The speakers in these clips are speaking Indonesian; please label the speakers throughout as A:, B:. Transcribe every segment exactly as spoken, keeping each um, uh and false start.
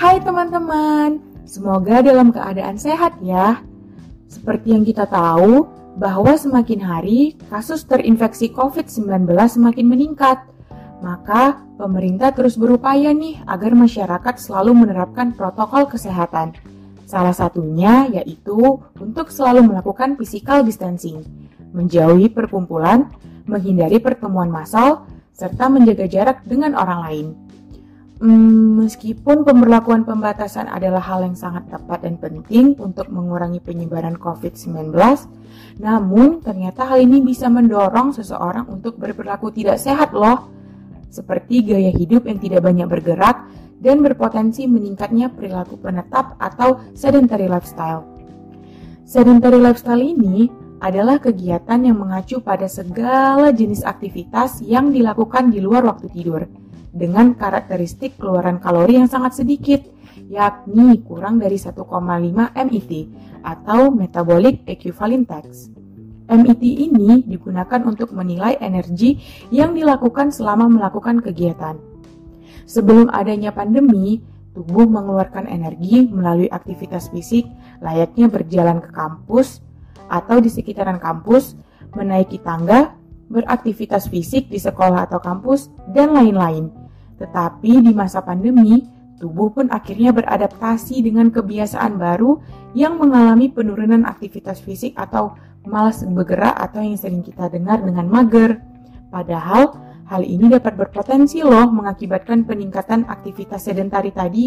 A: Hai teman-teman, semoga dalam keadaan sehat ya. Seperti yang kita tahu, bahwa semakin hari kasus terinfeksi covid sembilan belas semakin meningkat. Maka pemerintah terus berupaya nih agar masyarakat selalu menerapkan protokol kesehatan. Salah satunya yaitu untuk selalu melakukan physical distancing, menjauhi perkumpulan, menghindari pertemuan massal, serta menjaga jarak dengan orang lain. Hmm, meskipun pemberlakuan pembatasan adalah hal yang sangat tepat dan penting untuk mengurangi penyebaran covid sembilan belas, namun ternyata hal ini bisa mendorong seseorang untuk berperilaku tidak sehat loh, seperti gaya hidup yang tidak banyak bergerak dan berpotensi meningkatnya perilaku penetap atau sedentary lifestyle. Sedentary lifestyle ini adalah kegiatan yang mengacu pada segala jenis aktivitas yang dilakukan di luar waktu tidur, dengan karakteristik keluaran kalori yang sangat sedikit, yakni kurang dari satu koma lima M E T atau Metabolic Equivalent Tax. M E T ini digunakan untuk menilai energi yang dilakukan selama melakukan kegiatan. Sebelum adanya pandemi, tubuh mengeluarkan energi melalui aktivitas fisik layaknya berjalan ke kampus atau di sekitaran kampus, menaiki tangga, beraktivitas fisik di sekolah atau kampus, dan lain-lain. Tetapi di masa pandemi, tubuh pun akhirnya beradaptasi dengan kebiasaan baru yang mengalami penurunan aktivitas fisik atau malas bergerak atau yang sering kita dengar dengan mager. Padahal, hal ini dapat berpotensi loh mengakibatkan peningkatan aktivitas sedentari tadi.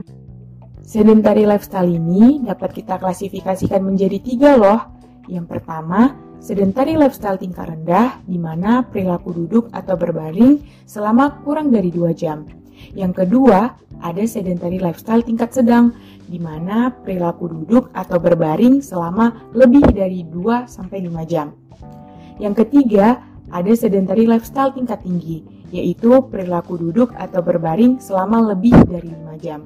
A: Sedentary lifestyle ini dapat kita klasifikasikan menjadi tiga loh. Yang pertama, sedentary lifestyle tingkat rendah, di mana perilaku duduk atau berbaring selama kurang dari dua jam. Yang kedua, ada sedentary lifestyle tingkat sedang, di mana perilaku duduk atau berbaring selama lebih dari dua sampai lima jam. Yang ketiga, ada sedentary lifestyle tingkat tinggi, yaitu perilaku duduk atau berbaring selama lebih dari lima jam.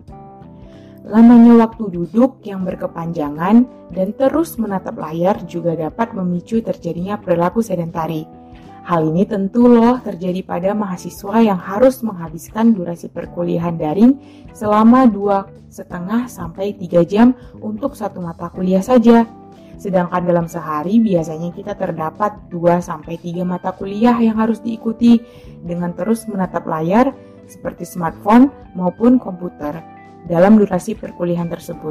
A: Lamanya waktu duduk yang berkepanjangan dan terus menatap layar juga dapat memicu terjadinya perilaku sedentari. Hal ini tentu loh terjadi pada mahasiswa yang harus menghabiskan durasi perkuliahan daring selama dua koma lima sampai tiga jam untuk satu mata kuliah saja. Sedangkan dalam sehari biasanya kita terdapat dua sampai tiga mata kuliah yang harus diikuti dengan terus menatap layar seperti smartphone maupun komputer dalam durasi perkuliahan tersebut.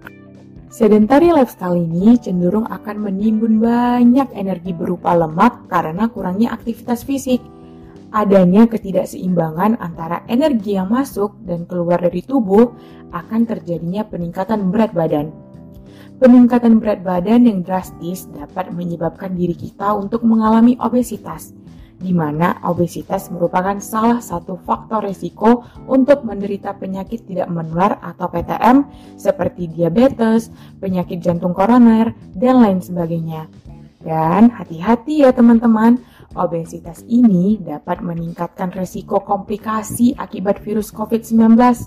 A: Sedentary lifestyle ini cenderung akan menimbun banyak energi berupa lemak karena kurangnya aktivitas fisik. Adanya ketidakseimbangan antara energi yang masuk dan keluar dari tubuh akan terjadinya peningkatan berat badan. Peningkatan berat badan yang drastis dapat menyebabkan diri kita untuk mengalami obesitas, di mana obesitas merupakan salah satu faktor risiko untuk menderita penyakit tidak menular atau P T M seperti diabetes, penyakit jantung koroner, dan lain sebagainya. Dan hati-hati ya teman-teman, obesitas ini dapat meningkatkan risiko komplikasi akibat virus covid sembilan belas.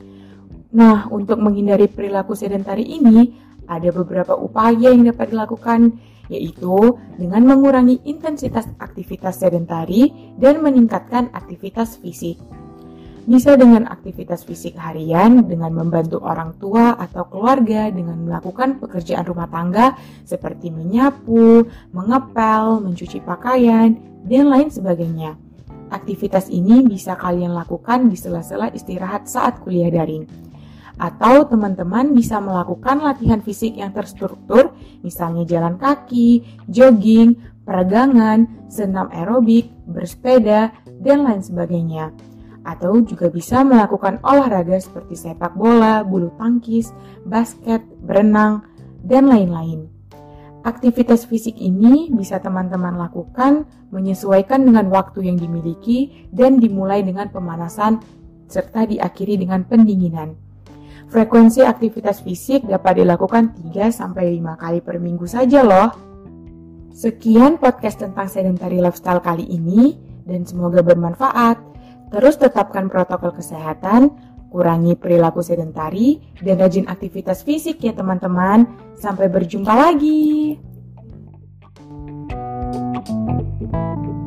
A: Nah, untuk menghindari perilaku sedentari ini, ada beberapa upaya yang dapat dilakukan, yaitu dengan mengurangi intensitas aktivitas sedentari dan meningkatkan aktivitas fisik. Bisa dengan aktivitas fisik harian dengan membantu orang tua atau keluarga dengan melakukan pekerjaan rumah tangga seperti menyapu, mengepel, mencuci pakaian, dan lain sebagainya. Aktivitas ini bisa kalian lakukan di sela-sela istirahat saat kuliah daring. Atau teman-teman bisa melakukan latihan fisik yang terstruktur, misalnya jalan kaki, jogging, peregangan, senam aerobik, bersepeda, dan lain sebagainya. Atau juga bisa melakukan olahraga seperti sepak bola, bulu tangkis, basket, berenang, dan lain-lain. Aktivitas fisik ini bisa teman-teman lakukan menyesuaikan dengan waktu yang dimiliki dan dimulai dengan pemanasan serta diakhiri dengan pendinginan. Frekuensi aktivitas fisik dapat dilakukan tiga sampai lima kali per minggu saja loh. Sekian podcast tentang sedentary lifestyle kali ini dan semoga bermanfaat. Terus tetapkan protokol kesehatan, kurangi perilaku sedentari, dan rajin aktivitas fisik ya teman-teman. Sampai berjumpa lagi.